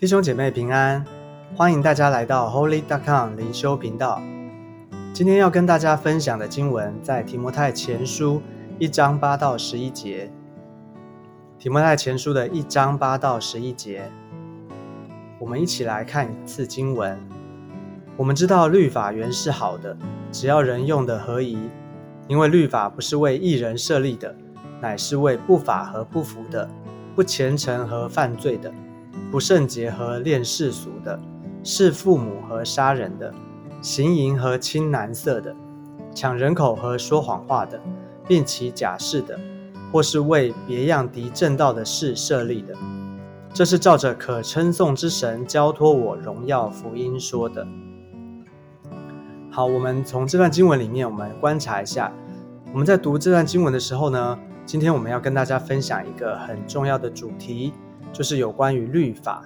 弟兄姐妹平安，欢迎大家来到 Holy.com 灵修频道。今天要跟大家分享的经文在提摩太前书1章8到11节。提摩太前书的1章8到11节，我们一起来看一次经文。我们知道律法原是好的，只要人用的合宜，因为律法不是为义人设立的，乃是为不法和不服的，不虔诚和犯罪的，不圣洁和恋世俗的，弑父母和杀人的，行淫和亲男色的，抢人口和说谎话的，并起假誓的，或是为别样敌正道的事设立的。这是照着可称颂之神交托我荣耀福音说的。好，我们从这段经文里面，我们观察一下。我们在读这段经文的时候呢，今天我们要跟大家分享一个很重要的主题，就是有关于律法。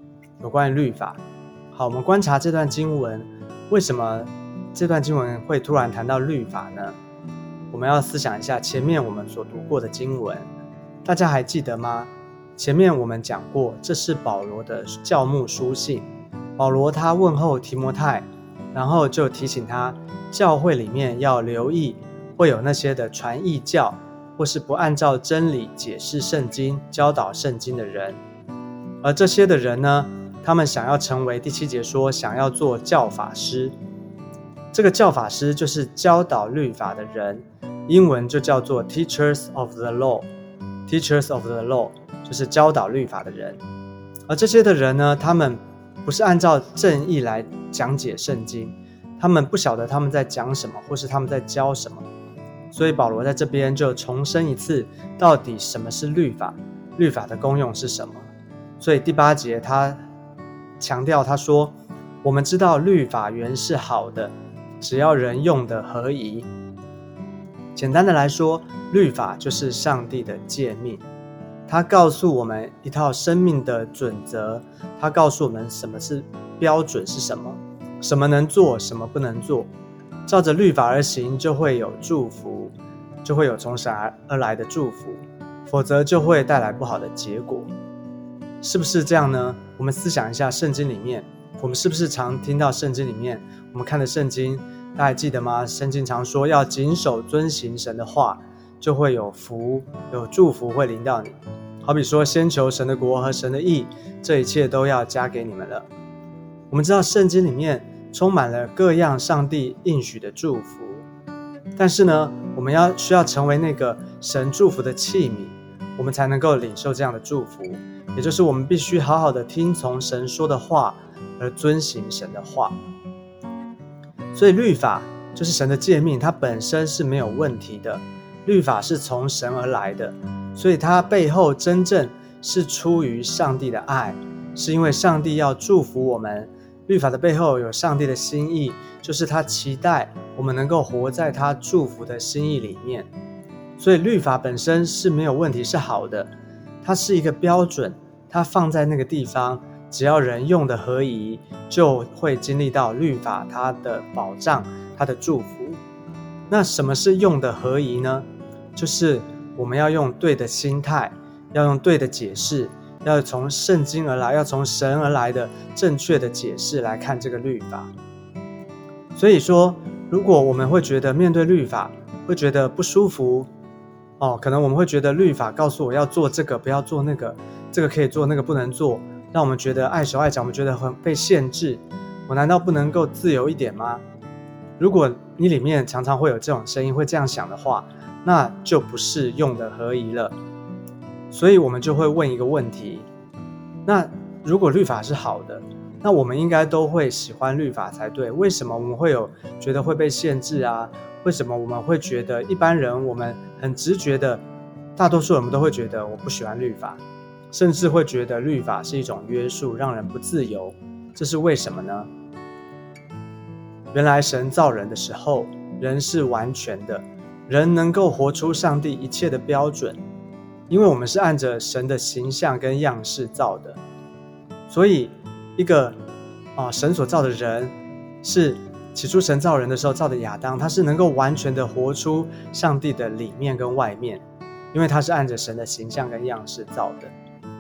好，我们观察这段经文，为什么这段经文会突然谈到律法呢？我们要思想一下前面我们所读过的经文，大家还记得吗？前面我们讲过，这是保罗的教牧书信。保罗他问候提摩太，然后就提醒他，教会里面要留意会有那些的传异教，或是不按照真理解释圣经、教导圣经的人。而这些的人呢，他们想要成为，第7节说想要做教法师。这个教法师就是教导律法的人，英文就叫做 Teachers of the Law。Teachers of the Law 就是教导律法的人。而这些的人呢，他们不是按照正义来讲解圣经，他们不晓得他们在讲什么，或是他们在教什么。所以保罗在这边就重申一次，到底什么是律法，律法的功用是什么。所以第8节他强调，他说，我们知道律法原是好的，只要人用的合宜。简单的来说，律法就是上帝的诫命，他告诉我们一套生命的准则，他告诉我们什么是标准是什么，什么能做，什么不能做。照着律法而行，就会有祝福，就会有从神而来的祝福，否则就会带来不好的结果。是不是这样呢？我们思想一下圣经里面，我们是不是常听到圣经里面，我们看的圣经，大家还记得吗？圣经常说要谨守遵行神的话，就会有福，有祝福会临到你。好比说，先求神的国和神的义，这一切都要加给你们了。我们知道圣经里面充满了各样上帝应许的祝福，但是呢，我们需要成为那个神祝福的器皿，我们才能够领受这样的祝福。也就是我们必须好好的听从神说的话，而遵行神的话。所以律法就是神的诫命，它本身是没有问题的。律法是从神而来的，所以它背后真正是出于上帝的爱，是因为上帝要祝福我们。律法的背后有上帝的心意，就是他期待我们能够活在他祝福的心意里面。所以律法本身是没有问题，是好的，它是一个标准，它放在那个地方，只要人用的合宜，就会经历到律法它的保障，它的祝福。那什么是用的合宜呢？就是我们要用对的心态，要用对的解释，要从圣经而来，要从神而来的正确的解释来看这个律法。所以说，如果我们会觉得面对律法会觉得不舒服，可能我们会觉得律法告诉我要做这个不要做那个，这个可以做那个不能做，让我们觉得碍手碍脚，我们觉得很被限制，我难道不能够自由一点吗？如果你里面常常会有这种声音，会这样想的话，那就不是用的合宜了。所以我们就会问一个问题，那如果律法是好的，那我们应该都会喜欢律法才对，为什么我们会觉得会被限制啊？为什么我们会觉得一般人，我们很直觉的，大多数人都会觉得我不喜欢律法，甚至会觉得律法是一种约束，让人不自由。这是为什么呢？原来神造人的时候，人是完全的，人能够活出上帝一切的标准，因为我们是按着神的形象跟样式造的，所以一个神所造的人，是起初神造人的时候造的亚当，他是能够完全的活出上帝的里面跟外面，因为他是按着神的形象跟样式造的。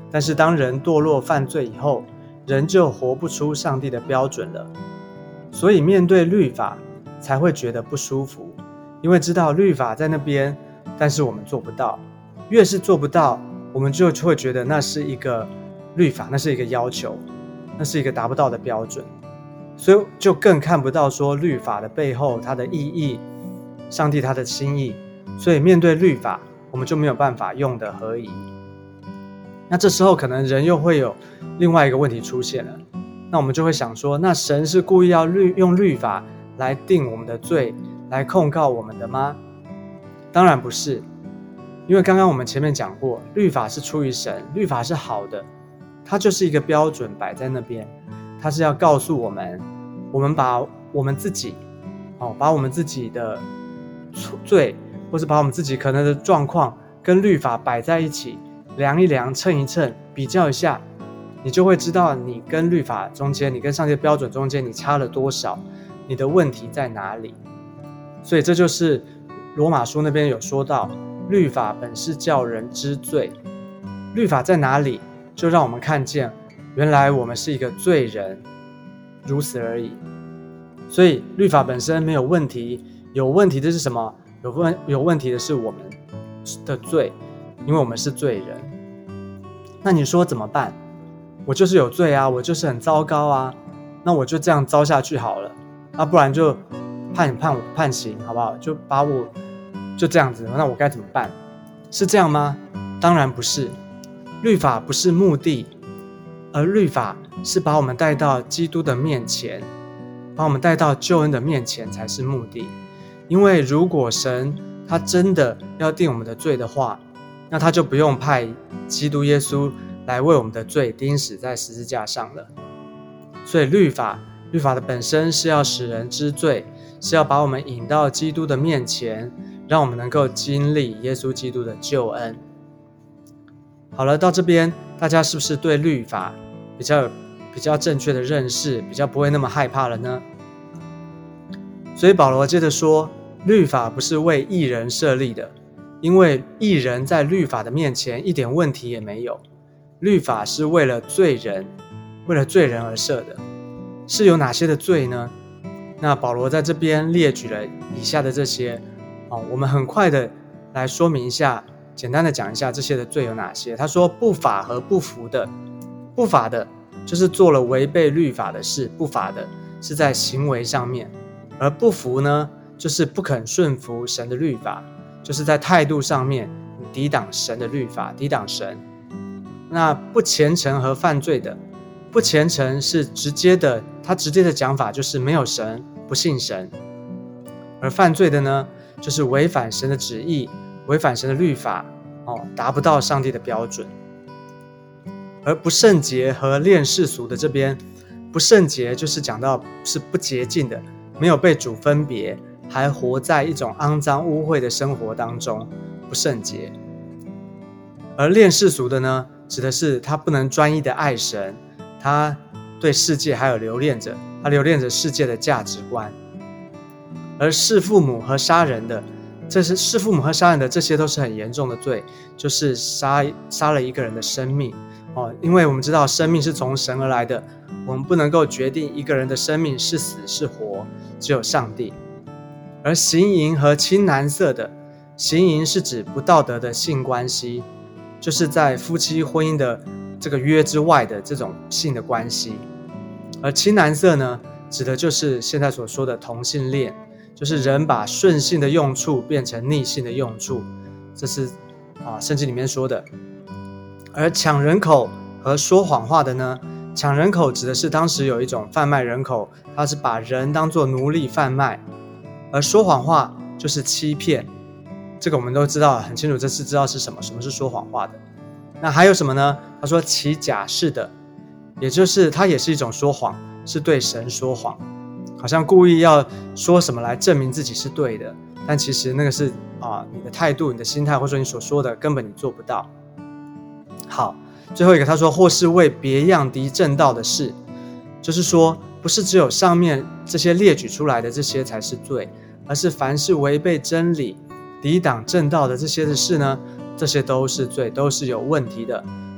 但是当人堕落犯罪以后，人就活不出上帝的标准了。所以面对律法才会觉得不舒服，因为知道律法在那边，但是我们做不到。越是做不到，我们就会觉得那是一个律法，那是一个要求，那是一个达不到的标准，所以就更看不到说律法的背后它的意义，上帝他的心意。所以面对律法，我们就没有办法用的合宜。那这时候可能人又会有另外一个问题出现了，那我们就会想说，那神是故意要用律法来定我们的罪，来控告我们的吗？当然不是，因为刚刚我们前面讲过，律法是出于神，律法是好的，它就是一个标准摆在那边，它是要告诉我们，我们把我们自己的罪，或是把我们自己可能的状况跟律法摆在一起，量一量，称一称，比较一下，你就会知道你跟律法中间，你跟上帝的标准中间，你差了多少，你的问题在哪里。所以这就是罗马书那边有说到，律法本是叫人知罪，律法在哪里，就让我们看见原来我们是一个罪人，如此而已。所以律法本身没有问题，有问题的是什么？有问题的是我们的罪，因为我们是罪人。那你说怎么办？我就是有罪啊，我就是很糟糕啊，那我就这样糟下去好了，那不然就判刑好不好？就把我就这样子，那我该怎么办？是这样吗？当然不是，律法不是目的，而律法是把我们带到基督的面前，把我们带到救恩的面前才是目的。因为如果神他真的要定我们的罪的话，那他就不用派基督耶稣来为我们的罪钉死在十字架上了。所以律法的本身是要使人知罪，是要把我们引到基督的面前，让我们能够经历耶稣基督的救恩。好了，到这边大家是不是对律法比较正确的认识，比较不会那么害怕了呢？所以保罗接着说，律法不是为义人设立的，因为义人在律法的面前一点问题也没有。律法是为了罪人而设的。是有哪些的罪呢？那保罗在这边列举了以下的这些，我们很快的来说明一下，简单的讲一下这些的罪有哪些。他说不法和不服的，不法的就是做了违背律法的事，不法的是在行为上面，而不服呢，就是不肯顺服神的律法，就是在态度上面抵挡神的律法，抵挡神。那不虔诚和犯罪的，不虔诚是他直接的讲法就是没有神，不信神。而犯罪的呢，就是违反神的旨意，违反神的律法，达不到上帝的标准。而不圣洁和恋世俗的这边，不圣洁就是讲到是不洁净的，没有被主分别，还活在一种肮脏污秽的生活当中，不圣洁。而恋世俗的呢，指的是他不能专一的爱神，他对世界还有留恋着世界的价值观。而弑父母和杀人的，这些都是很严重的罪，就是杀了一个人的生命，因为我们知道生命是从神而来的，我们不能够决定一个人的生命是死是活，只有上帝。而行淫和亲男色的，行淫是指不道德的性关系，就是在夫妻婚姻的这个约之外的这种性的关系。而亲男色呢，指的就是现在所说的同性恋，就是人把顺性的用处变成逆性的用处，这是圣经里面说的。而抢人口和说谎话的呢，抢人口指的是当时有一种贩卖人口，它是把人当作奴隶贩卖，而说谎话就是欺骗，这个我们都知道很清楚，这次知道是什么是说谎话的。那还有什么呢？他说起假誓的，也就是它也是一种说谎，是对神说谎，好像故意要说什么来证明自己是对的，但其实那个是你的态度、你的心态，或者说你所说的根本你做不到。好，最后一个他说或是为别样敌正道的事，就是说不是只有上面这些列举出来的这些才是罪，而是凡是违背真理、抵挡正道的这些的事呢，这些都是罪，都是有问题的。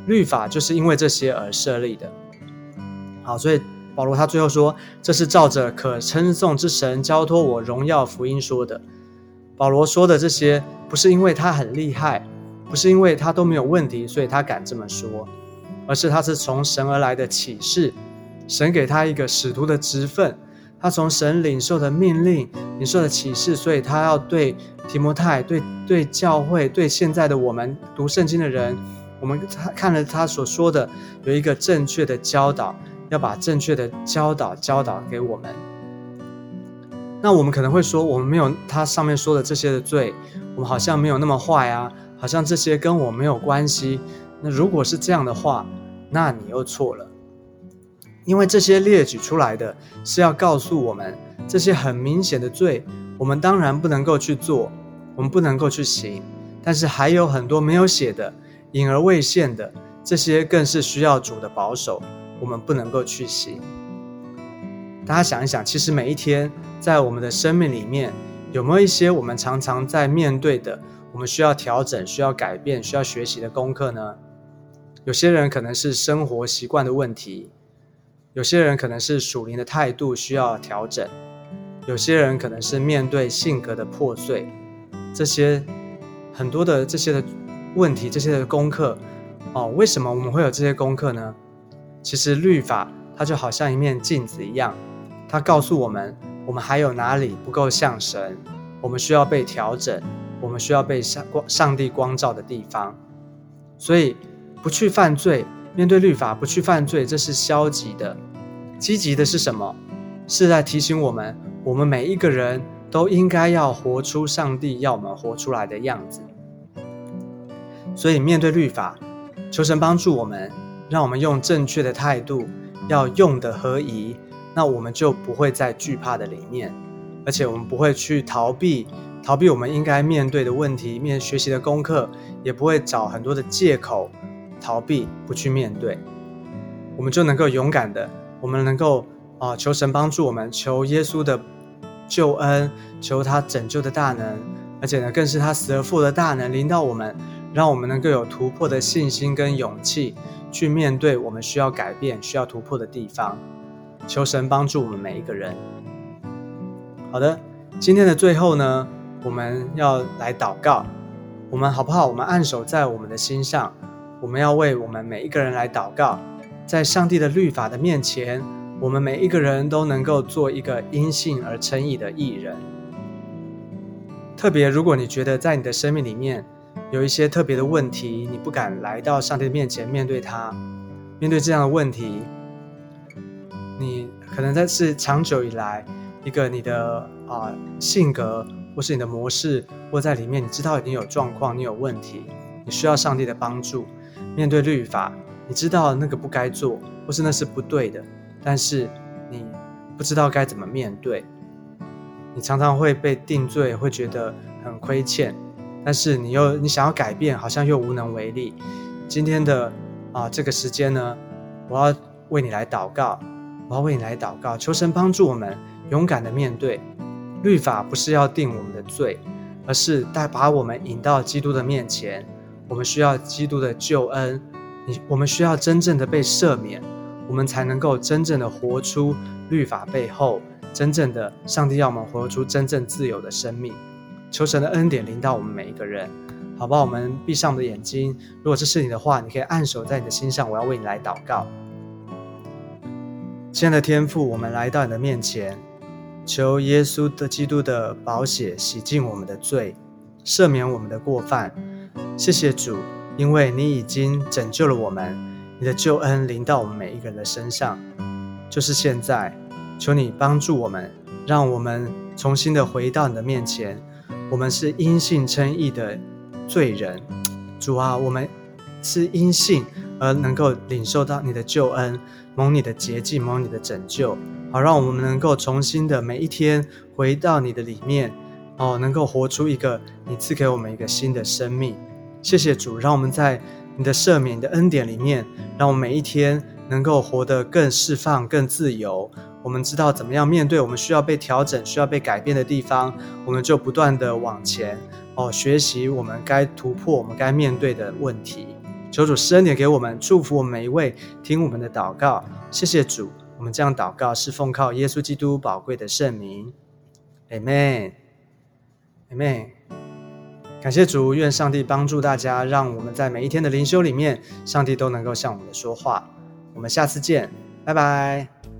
律法就是因为这些而设立的。好，所以保罗他最后说，这是照着可称颂之神交托我荣耀福音说的。保罗说的这些不是因为他很厉害，不是因为他都没有问题所以他敢这么说，而是他是从神而来的启示，神给他一个使徒的职分，他从神领受的命令，领受的启示，所以他要对提摩太，对教会，对现在的我们读圣经的人，我们看了他所说的，有一个正确的教导，要把正确的教导给我们。那我们可能会说，我们没有他上面说的这些的罪，我们好像没有那么坏啊，好像这些跟我没有关系。那如果是这样的话，那你又错了。因为这些列举出来的是要告诉我们，这些很明显的罪，我们当然不能够去做，我们不能够去行，但是还有很多没有写的，隐而未现的，这些更是需要主的保守，我们不能够去行。大家想一想，其实每一天在我们的生命里面，有没有一些我们常常在面对的，我们需要调整、需要改变、需要学习的功课呢？有些人可能是生活习惯的问题，有些人可能是属灵的态度需要调整，有些人可能是面对性格的破碎，这些很多的这些的问题，这些的功课为什么我们会有这些功课呢？其实律法它就好像一面镜子一样，它告诉我们，我们还有哪里不够像神，我们需要被调整，我们需要被上帝光照的地方。所以不去犯罪，面对律法不去犯罪，这是消极的。积极的是什么？是在提醒我们，我们每一个人都应该要活出上帝要我们活出来的样子。所以面对律法，求神帮助我们，让我们用正确的态度，要用的合宜，那我们就不会在惧怕的里面，而且我们不会去逃避我们应该面对的问题，学习的功课，也不会找很多的借口逃避不去面对，我们就能够勇敢的，我们能够求神帮助我们，求耶稣的救恩，求他拯救的大能，而且呢，更是他死而复活的大能临到我们，让我们能够有突破的信心跟勇气，去面对我们需要改变、需要突破的地方。求神帮助我们每一个人。好的，今天的最后呢，我们要来祷告，我们好不好？我们按手在我们的心上，我们要为我们每一个人来祷告，在上帝的律法的面前，我们每一个人都能够做一个因信而称义的义人。特别如果你觉得在你的生命里面有一些特别的问题，你不敢来到上帝的面前面对他，面对这样的问题，你可能是长久以来一个你的性格或是你的模式，或在里面你知道你有状况，你有问题，你需要上帝的帮助。面对律法，你知道那个不该做，或是那是不对的，但是你不知道该怎么面对，你常常会被定罪，会觉得很亏欠，但是你想要改变，好像又无能为力。今天的这个时间呢，我要为你来祷告，求神帮助我们勇敢的面对律法，不是要定我们的罪，而是把我们引到基督的面前。我们需要基督的救恩，我们需要真正的被赦免，我们才能够真正的活出律法背后真正的上帝要我们活出真正自由的生命。求神的恩典临到我们每一个人，好不好？我们闭上我们的眼睛，如果这是你的话，你可以按手在你的心上，我要为你来祷告。亲爱的天父，我们来到你的面前，求耶稣的基督的宝血洗净我们的罪，赦免我们的过犯。谢谢主，因为你已经拯救了我们，你的救恩临到我们每一个人的身上。就是现在，求你帮助我们，让我们重新的回到你的面前。我们是因信称义的罪人，主啊，我们是因信而能够领受到你的救恩，蒙你的洁净，蒙你的拯救，好让我们能够重新的每一天回到你的里面，能够活出一个你赐给我们一个新的生命。谢谢主，让我们在你的赦免、你的恩典里面，让我们每一天能够活得更释放、更自由。我们知道怎么样面对我们需要被调整、需要被改变的地方，我们就不断的往前学习我们该突破、我们该面对的问题。 求主施恩典给我们，祝福我们每一位听我们的祷告。谢谢主，我们这样祷告是奉靠耶稣基督宝贵的圣名。Amen。Amen。感谢主，愿上帝帮助大家，让我们在每一天的灵修里面，上帝都能够向我们说话。我们下次见，拜拜。